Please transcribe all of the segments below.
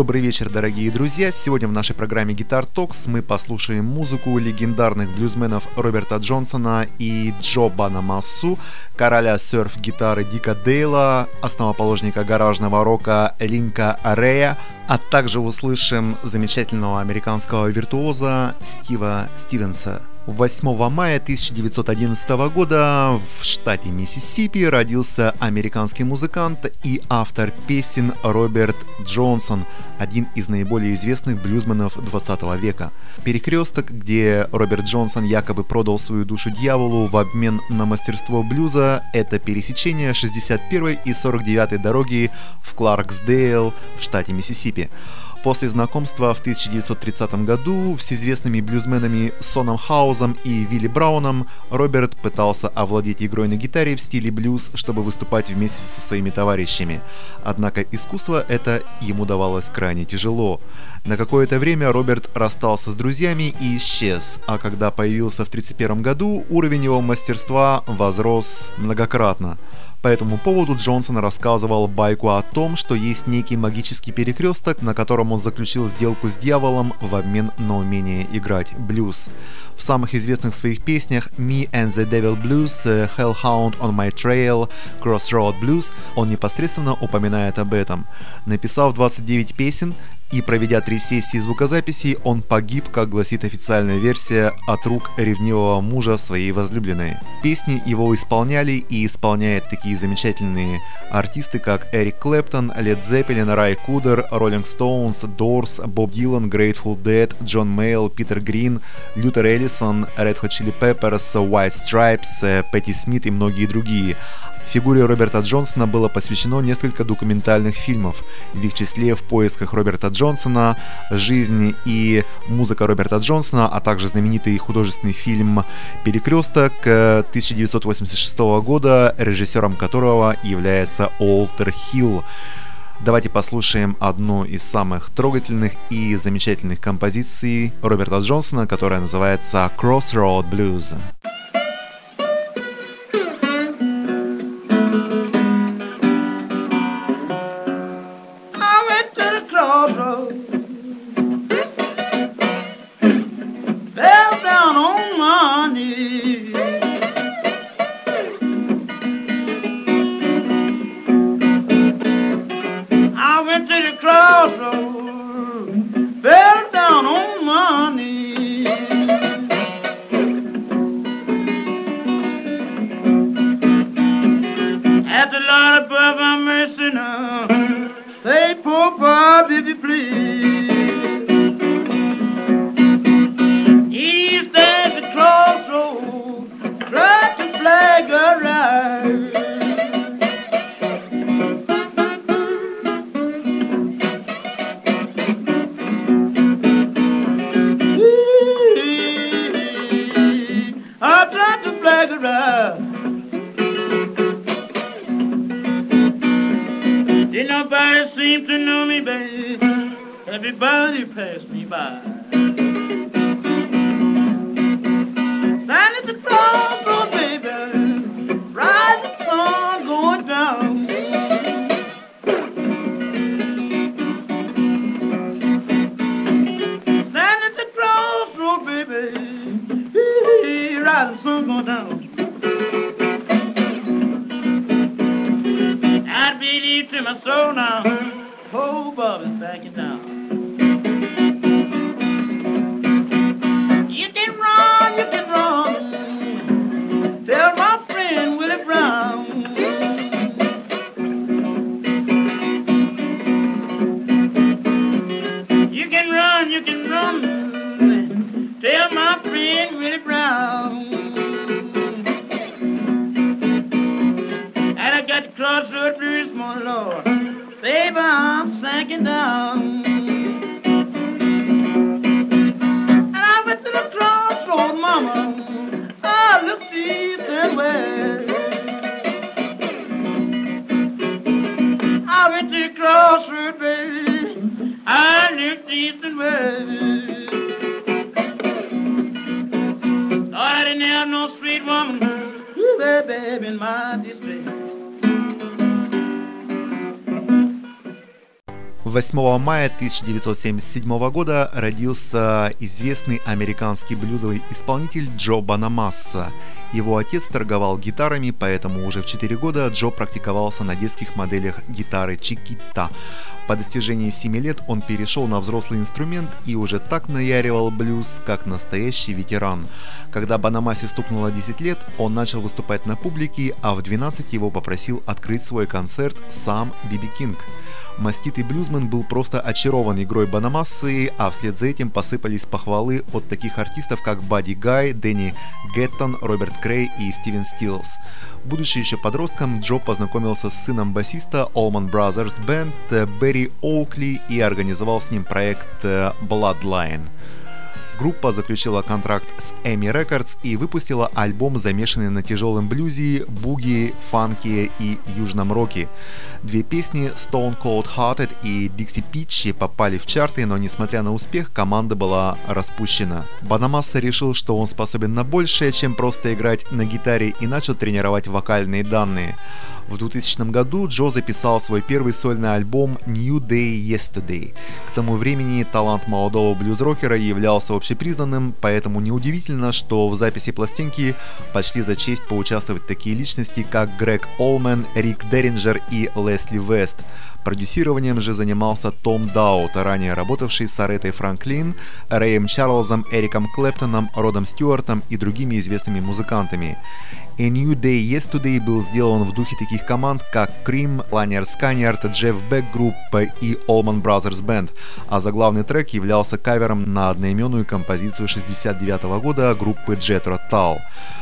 Добрый вечер, дорогие друзья! Сегодня в нашей программе Guitar Talks мы послушаем музыку легендарных блюзменов Роберта Джонсона и Джо Бонамассу, короля серф-гитары Дика Дейла, основоположника гаражного рока Линка Рея, а также услышим замечательного американского виртуоза Стива Стивенса. 8 мая 1911 года в штате Миссисипи родился американский музыкант и автор песен Роберт Джонсон, один из наиболее известных блюзменов 20 века. «Перекресток», где Роберт Джонсон якобы продал свою душу дьяволу в обмен на мастерство блюза, это пересечение 61 и 49 дороги в Кларксдейл в штате Миссисипи. После знакомства в 1930 году с известными блюзменами Соном Хаузом и Вилли Брауном Роберт пытался овладеть игрой на гитаре в стиле блюз, чтобы выступать вместе со своими товарищами. Однако искусство это ему давалось крайне тяжело. На какое-то время Роберт расстался с друзьями и исчез, а когда появился в 1931 году, уровень его мастерства возрос многократно. По этому поводу Джонсон рассказывал байку о том, что есть некий магический перекресток, на котором он заключил сделку с дьяволом в обмен на умение играть блюз. В самых известных своих песнях «Me and the Devil Blues», «Hellhound on My Trail», «Crossroad Blues» он непосредственно упоминает об этом. Написав 29 песен и проведя 3 сессии звукозаписей, он погиб, как гласит официальная версия, от рук ревнивого мужа своей возлюбленной. Песни его исполняли и исполняют такие замечательные артисты, как Эрик Клэптон, Led Zeppelin, Рай Кудер, Rolling Stones, Doors, Боб Дилан, Grateful Dead, Джон Мейл, Питер Грин, Лютер Эллисон, Red Hot Chili Peppers, White Stripes, Пэтти Смит и многие другие. Фигуре Роберта Джонсона было посвящено несколько документальных фильмов, в их числе «В поисках Роберта Джонсона», «Жизнь и музыка Роберта Джонсона», а также знаменитый художественный фильм «Перекресток» 1986 года, режиссером которого является Уолтер Хилл. Давайте послушаем одну из самых трогательных и замечательных композиций Роберта Джонсона, которая называется «Crossroad Blues». Did nobody seem to know me, babe? Everybody passed me by. Stand at the crossroad, baby, ride the sun going down. Stand at the crossroad, baby, ride the sun going down. I believe to my soul now, oh, Bob is backing down. You can run, tell my friend Willie Brown. You can run, tell my friend Willie Brown. And I got the crossroad blues, my Lord, baby, I'm sinking down. And I went to the crossroad, mama, I looked east and west. I went to the crossroad, baby, I looked east and west. Thought I didn't have no sweet woman, baby, in my district. 8 мая 1977 года родился известный американский блюзовый исполнитель Джо Бонамасса. Его отец торговал гитарами, поэтому уже в 4 года Джо практиковался на детских моделях гитары Chiquita. По достижении 7 лет он перешел на взрослый инструмент и уже так наяривал блюз, как настоящий ветеран. Когда Бонамассе стукнуло 10 лет, он начал выступать на публике, а в 12 его попросил открыть свой концерт сам Би.Би. Кинг. Маститый блюзмен был просто очарован игрой Бонамассы, а вслед за этим посыпались похвалы от таких артистов, как Бадди Гай, Дэнни Гэттон, Роберт Крей и Стивен Стилс. Будучи еще подростком, Джо познакомился с сыном басиста Allman Brothers Band Берри Оукли и организовал с ним проект Bloodline. Группа заключила контракт с EMI Records и выпустила альбом, замешанный на тяжелом блюзе, буги, фанке и южном роке. 2 песни Stone Cold Hearted и Dixie Peach попали в чарты, но несмотря на успех, команда была распущена. Бонамасса решил, что он способен на большее, чем просто играть на гитаре, и начал тренировать вокальные данные. В 2000 году Джо записал свой первый сольный альбом New Day Yesterday. К тому времени талант молодого блюз-рокера являлся общепризнанным, поэтому неудивительно, что в записи пластинки почли за честь поучаствовать такие личности, как Грег Олмен, Рик Дерринджер и Лесли Вест. Продюсированием же занимался Том Даут, ранее работавший с Аретой Франклин, Рэем Чарльзом, Эриком Клэптоном, Родом Стюартом и другими известными музыкантами. A New Day Yesterday был сделан в духе таких команд, как Cream, Lanier Skynyrd, Jeff Beck Group и Allman Brothers Band, а заглавный трек являлся кавером на одноименную композицию 1969 года группы Jethro Tull.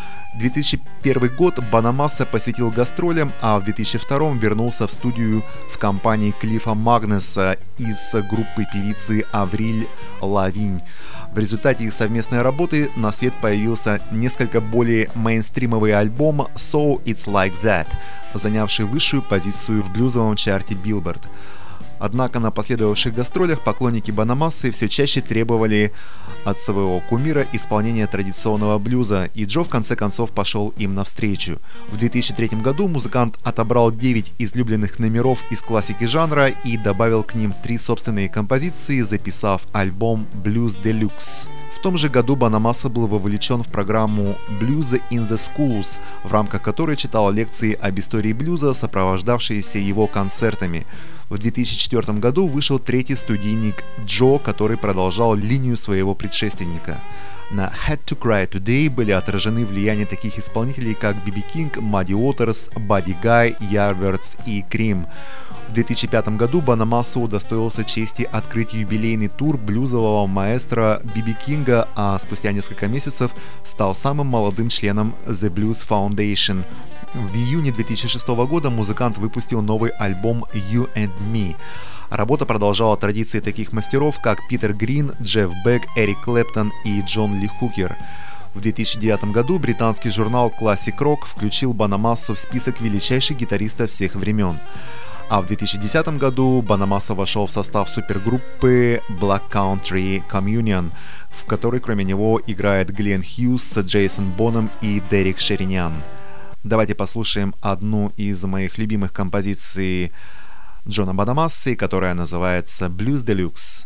2001 год Бонамасса посвятил гастролям, а в 2002 вернулся в студию в компании Клиффа Магнеса из группы певицы Авриль Лавинь. В результате их совместной работы на свет появился несколько более мейнстримовый альбом So It's Like That, занявший высшую позицию в блюзовом чарте Billboard. Однако на последовавших гастролях поклонники Бонамассы все чаще требовали от своего кумира исполнения традиционного блюза, и Джо в конце концов пошел им навстречу. В 2003 году музыкант отобрал 9 излюбленных номеров из классики жанра и добавил к ним 3 собственные композиции, записав альбом Blues Deluxe. В том же году Бонамасса был вовлечен в программу Blues in the Schools, в рамках которой читал лекции об истории блюза, сопровождавшиеся его концертами. В 2004 году вышел 3-й студийник Джо, который продолжал линию своего предшественника. На Had to Cry Today были отражены влияния таких исполнителей, как Би.Би. Кинг, Мадди Уотерс, Бадди Гай, Yardbirds и Cream. В 2005 году Бонамасса удостоился чести открыть юбилейный тур блюзового маэстро Би.Би. Кинга, а спустя несколько месяцев стал самым молодым членом The Blues Foundation. В июне 2006 года музыкант выпустил новый альбом You and Me. Работа продолжала традиции таких мастеров, как Питер Грин, Джефф Бек, Эрик Клэптон и Джон Ли Хукер. В 2009 году британский журнал Classic Rock включил Бонамассу в список величайших гитаристов всех времен. А в 2010 году Бонамасса вошел в состав супергруппы Black Country Communion, в которой кроме него играет Глен Хьюз, Джейсон Боном и Дерек Шеринян. Давайте послушаем одну из моих любимых композиций Джона Бонамассы, которая называется Blues Deluxe.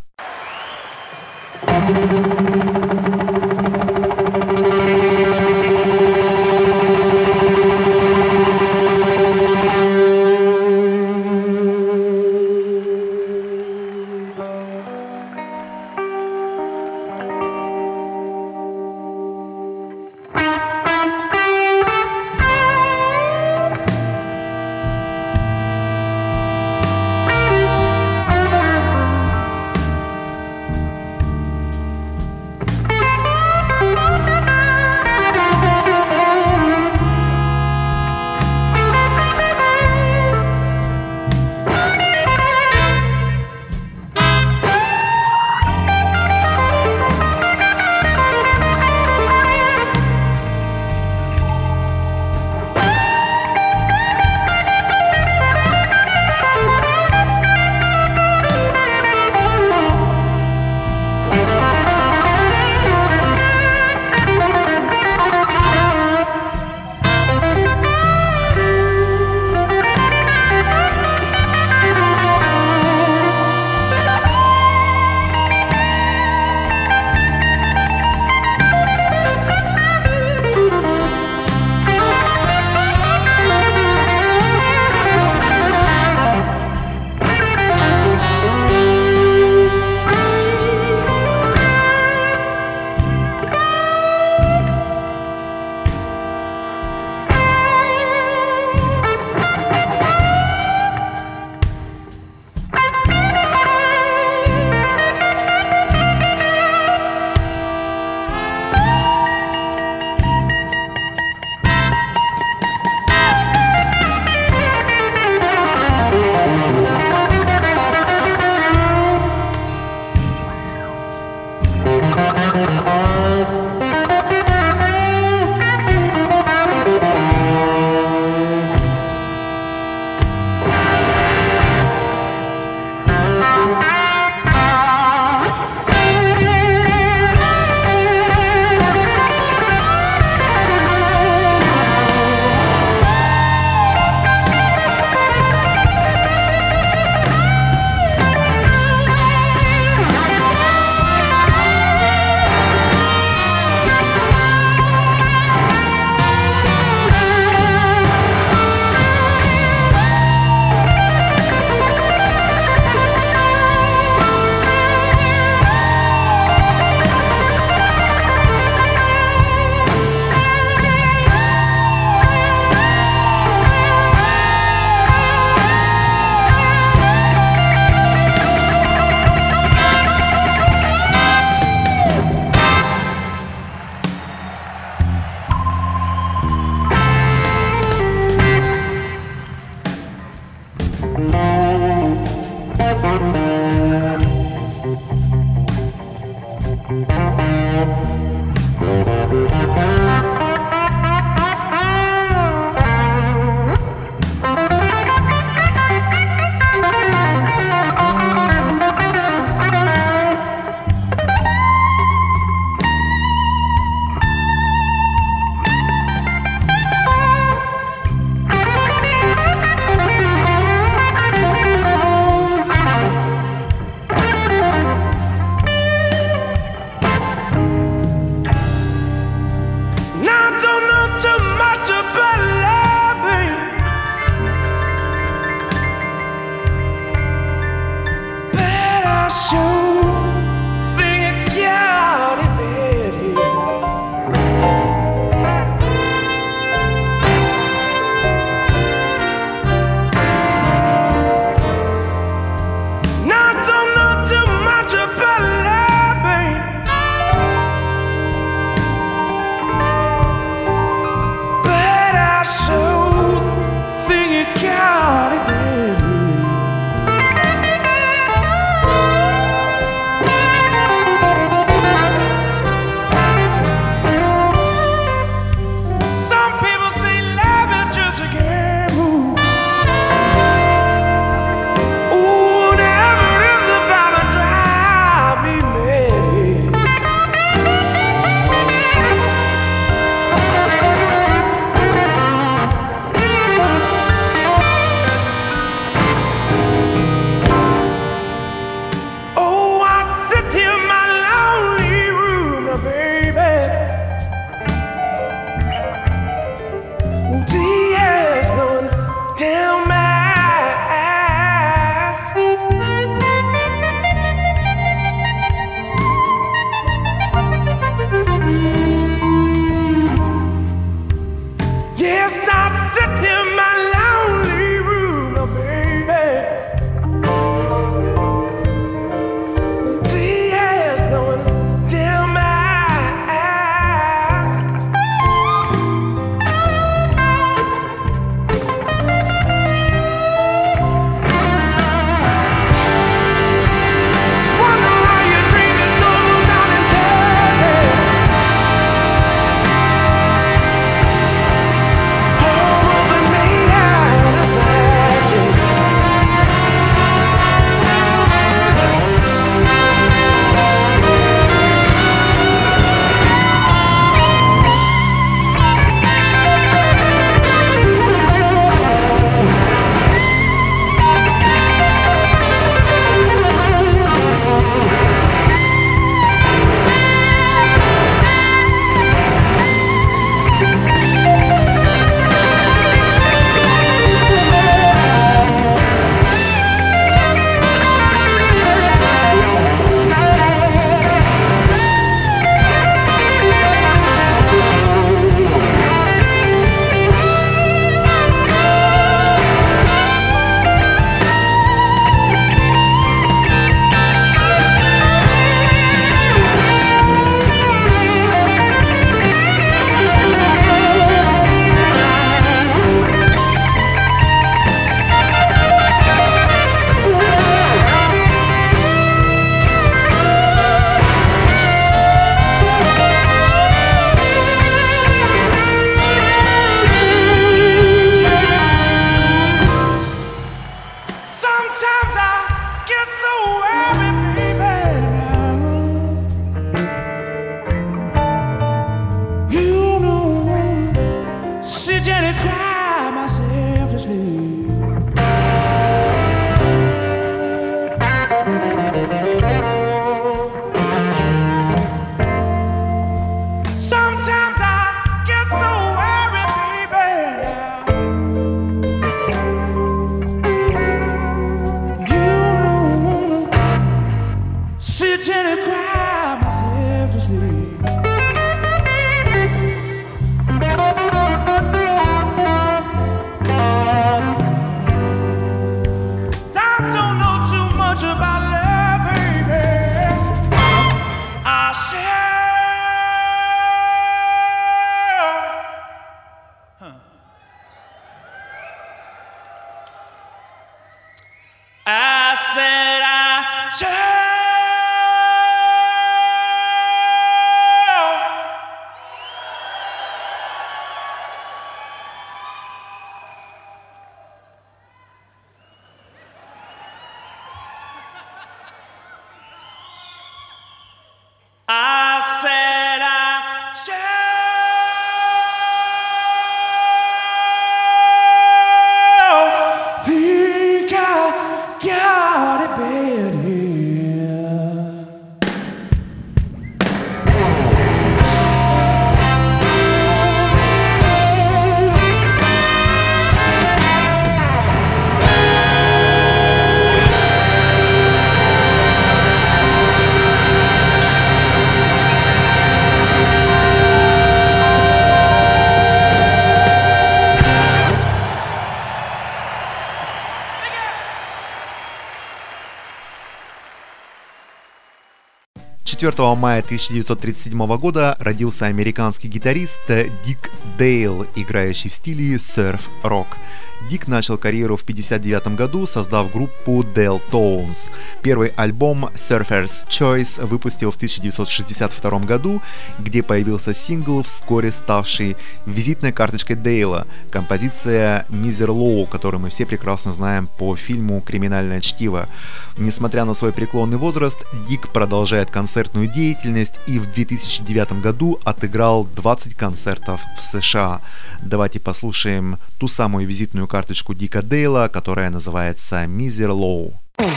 4 мая 1937 года родился американский гитарист Дик Дейл, играющий в стиле серф-рок. Дик начал карьеру в 1959 году, создав группу Deltones. Первый альбом Surfer's Choice выпустил в 1962 году, где появился сингл, вскоре ставший визитной карточкой Дейла, композиция Miser Low, которую мы все прекрасно знаем по фильму «Криминальное чтиво». Несмотря на свой преклонный возраст, Дик продолжает концертную деятельность и в 2009 году отыграл 20 концертов в США. Давайте послушаем ту самую визитную карточку Дика Дейла, которая называется Miser Low.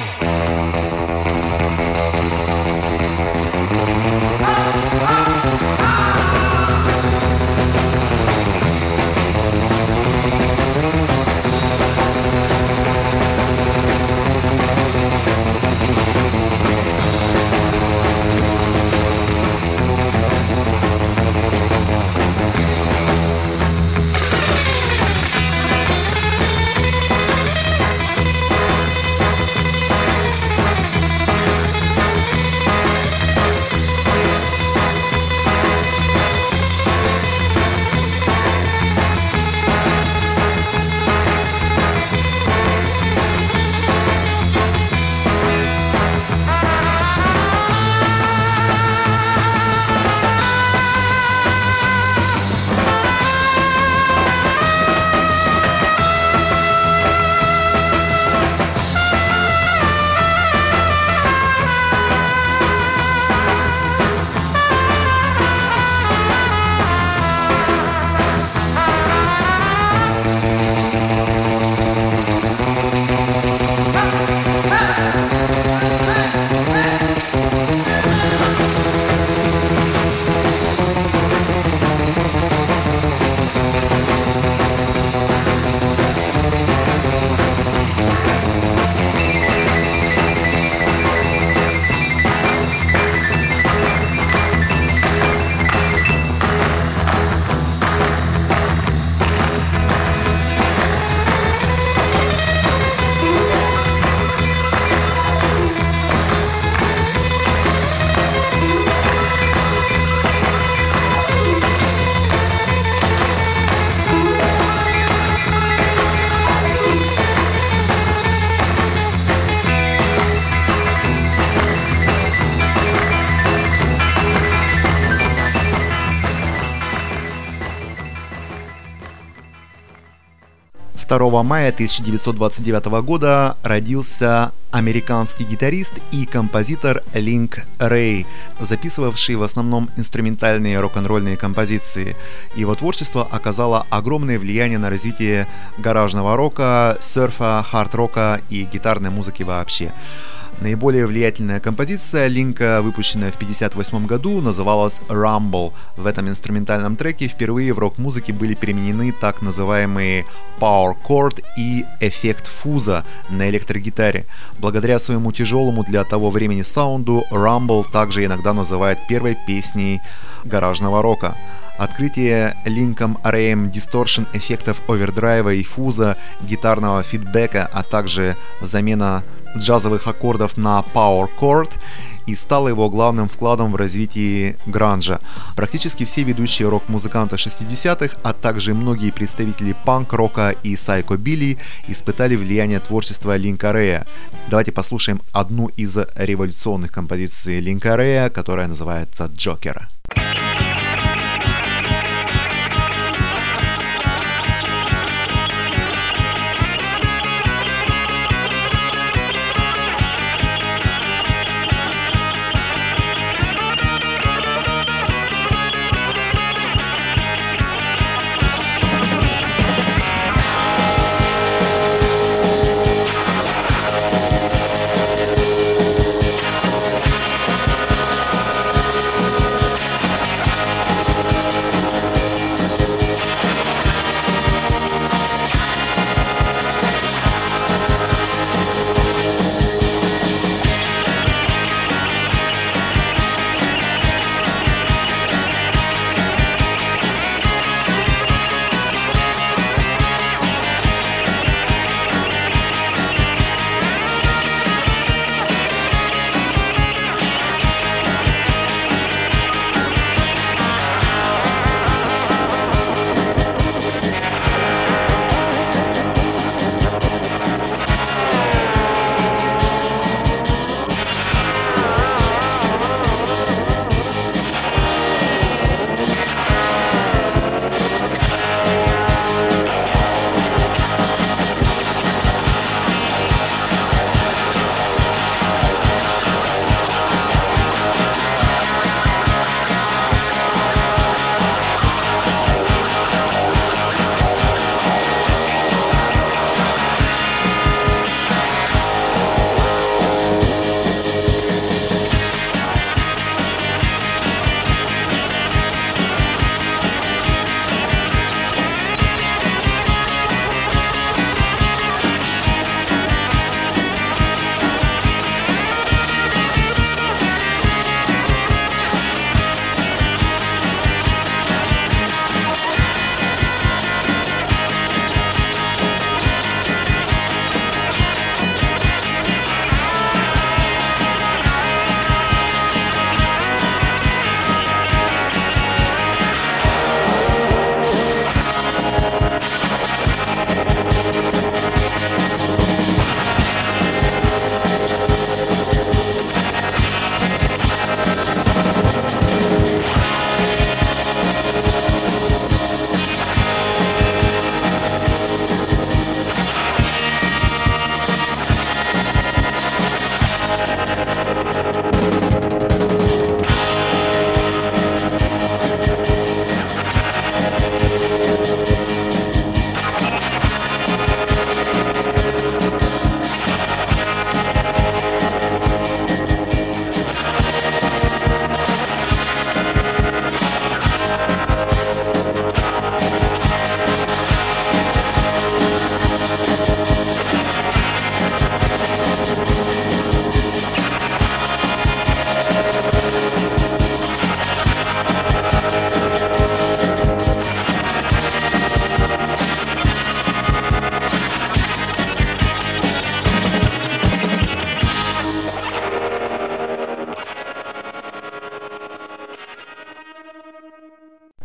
Второго мая 1929 года родился американский гитарист и композитор Линк Рэй, записывавший в основном инструментальные рок-н-ролльные композиции. Его творчество оказало огромное влияние на развитие гаражного рока, серфа, хард-рока и гитарной музыки вообще. Наиболее влиятельная композиция Линка, выпущенная в 1958 году, называлась Rumble. В этом инструментальном треке впервые в рок-музыке были применены так называемые Power Chord и эффект фуза на электрогитаре. Благодаря своему тяжелому для того времени саунду, Rumble также иногда называют первой песней гаражного рока. Открытие Линком Рэем дисторшн эффектов овердрайва и фуза, гитарного фидбэка, а также замена джазовых аккордов на Power Chord и стало его главным вкладом в развитии гранжа. Практически все ведущие рок-музыканты 60-х, а также многие представители панк-рока и сайко-билли испытали влияние творчества Линка Рэя. Давайте послушаем одну из революционных композиций Линка Рэя, которая называется «Джокер».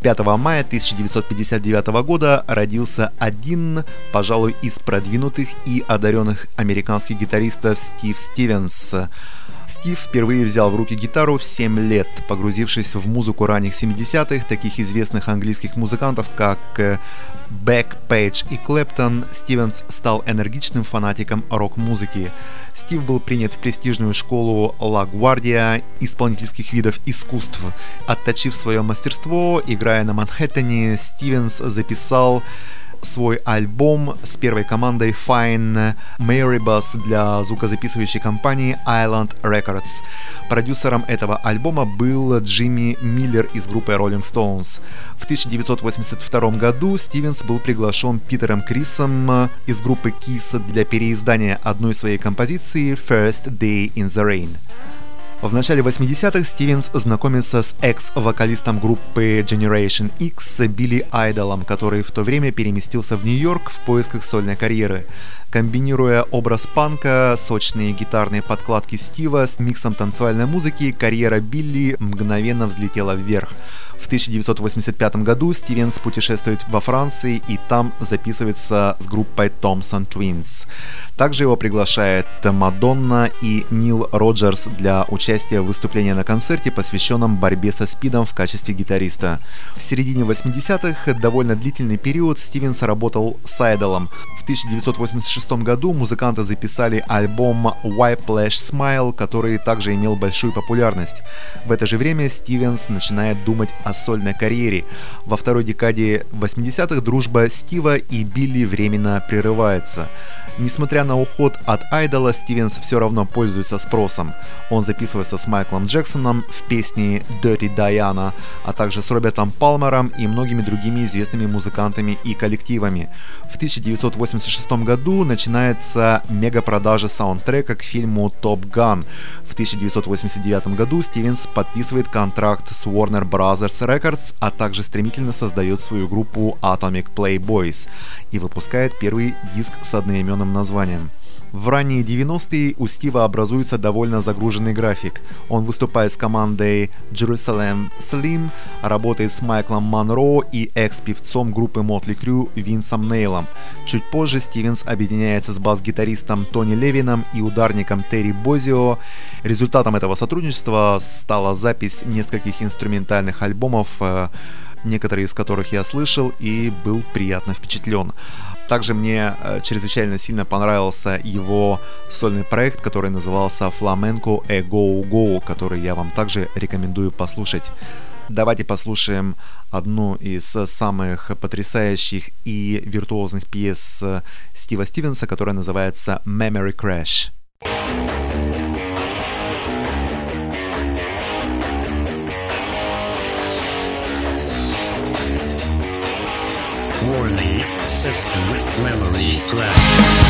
5 мая 1959 года родился один, пожалуй, из продвинутых и одаренных американских гитаристов Стив Стивенс. Стив впервые взял в руки гитару в 7 лет, погрузившись в музыку ранних 70-х, таких известных английских музыкантов, как Бек, Пейдж и Клэптон. Стивенс стал энергичным фанатиком рок-музыки. Стив был принят в престижную школу Ла Гвардия исполнительских видов искусств. Отточив свое мастерство, играя на Манхэттене, Стивенс записал свой альбом с первой командой Fine Marybus для звукозаписывающей компании Island Records. Продюсером этого альбома был Джимми Миллер из группы Rolling Stones. В 1982 году Стивенс был приглашен Питером Крисом из группы Kiss для переиздания одной своей композиции First Day in the Rain. В начале 80-х Стивенс знакомится с экс-вокалистом группы Generation X Билли Айдолом, который в то время переместился в Нью-Йорк в поисках сольной карьеры. Комбинируя образ панка, сочные гитарные подкладки Стива с миксом танцевальной музыки, карьера Билли мгновенно взлетела вверх. В 1985 году Стивенс путешествует во Франции и там записывается с группой Thompson Twins. Также его приглашает Мадонна и Нил Роджерс для участия в выступлении на концерте, посвященном борьбе со СПИДом в качестве гитариста. В середине 80-х, довольно длительный период, Стивенс работал с Айдолом. В 1986 году музыканты записали альбом Whiplash Smile, который также имел большую популярность. В это же время Стивенс начинает думать о сольной карьере. Во второй декаде 80-х дружба Стива и Билли временно прерывается. Несмотря на уход от Айдола, Стивенс все равно пользуется спросом. Он записывается с Майклом Джексоном в песне Dirty Diana, а также с Робертом Палмером и многими другими известными музыкантами и коллективами. В 1986 году начинается мегапродажа саундтрека к фильму Top Gun. В 1989 году Стивенс подписывает контракт с Warner Brothers Records, а также стремительно создает свою группу Atomic Playboys и выпускает первый диск с одноименным названием. В ранние 90-е у Стива образуется довольно загруженный график. Он выступает с командой Jerusalem Slim, работает с Майклом Монро и экс-певцом группы Motley Crue Винсом Нейлом. Чуть позже Стивенс объединяется с бас-гитаристом Тони Левином и ударником Терри Бозио. Результатом этого сотрудничества стала запись нескольких инструментальных альбомов, некоторые из которых я слышал и был приятно впечатлен. Также мне чрезвычайно сильно понравился его сольный проект, который назывался Flamenco A Go Go, который я вам также рекомендую послушать. Давайте послушаем одну из самых потрясающих и виртуозных пьес Стива Стивенса, которая называется Memory Crash. Warning, system memory crash.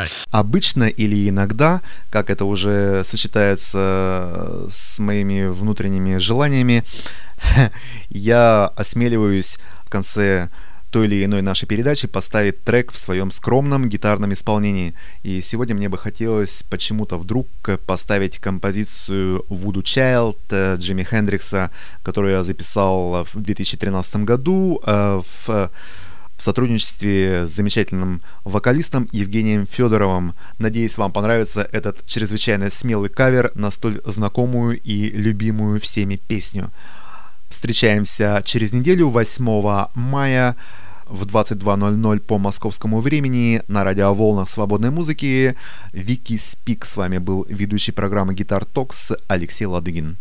Flash. Обычно или иногда, как это уже сочетается с моими внутренними желаниями, я осмеливаюсь в конце той или иной нашей передачи поставить трек в своем скромном гитарном исполнении. И сегодня мне бы хотелось почему-то вдруг поставить композицию Voodoo Child Джимми Хендрикса, которую я записал в 2013 году в сотрудничестве с замечательным вокалистом Евгением Федоровым. Надеюсь, вам понравится этот чрезвычайно смелый кавер на столь знакомую и любимую всеми песню. Встречаемся через неделю, 8 мая в 22:00 по московскому времени на радиоволнах свободной музыки. Вики Спик. С вами был ведущий программы Guitar Talks Алексей Ладыгин.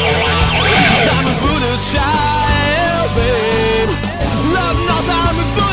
Child, babe. Love knows I'm a